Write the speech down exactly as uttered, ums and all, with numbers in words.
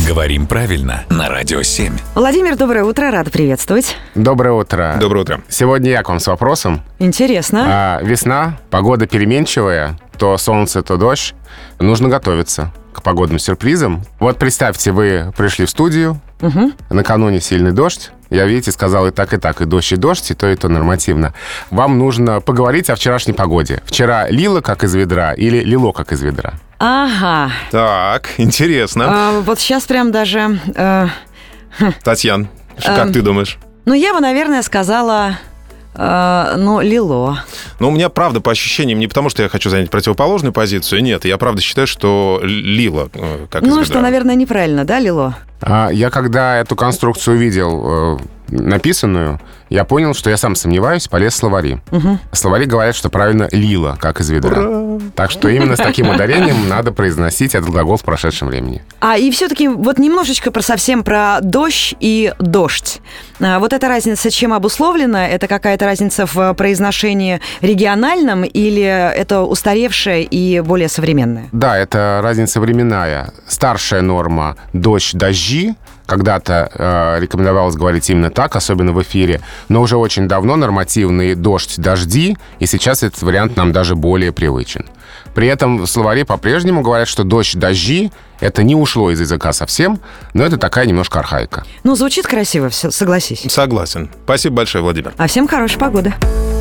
Говорим правильно на Радио семь. Владимир, доброе утро, рада приветствовать. Доброе утро. Доброе утро. Сегодня я к вам с вопросом. Интересно. А, весна, погода переменчивая, то солнце, то дождь. Нужно готовиться к погодным сюрпризам. Вот представьте, вы пришли в студию, угу. накануне сильный дождь. Я, видите, сказал и так, и так, и дождь, и дождь, и то, и то нормативно. Вам нужно поговорить о вчерашней погоде. Вчера лило, как из ведра, или лило, как из ведра? Ага. Так, интересно. А, вот сейчас прям даже... Э... Татьяна, как э... ты думаешь? Ну, я бы, наверное, сказала... Uh, ну, лило. Ну, у меня, правда, по ощущениям, не потому, что я хочу занять противоположную позицию, нет, я, правда, считаю, что лило, как из Ну, ведра. что, наверное, неправильно, да, лило? А, я, когда эту конструкцию увидел, э, написанную, я понял, что я сам сомневаюсь, полез в словари. Угу. Словари говорят, что правильно лило, как из ведра. Ура! Так что именно с таким ударением надо произносить этот глагол в прошедшем времени. А, и все-таки вот немножечко про совсем про дождь и дождь. А, вот эта разница чем обусловлена? Это какая-то разница в произношении региональном или это устаревшее и более современное? Да, это разница временная. Старшая норма дождь, дожди. Когда-то э, рекомендовалось говорить именно так, особенно в эфире, но уже очень давно нормативный дождь, дожди, и сейчас этот вариант нам даже более привычен. При этом в словаре по-прежнему говорят, что дождь, дожди — это не ушло из языка совсем, но это такая немножко архаика. Ну, звучит красиво, все, согласись. Согласен. Спасибо большое, Владимир. А всем хорошей погоды.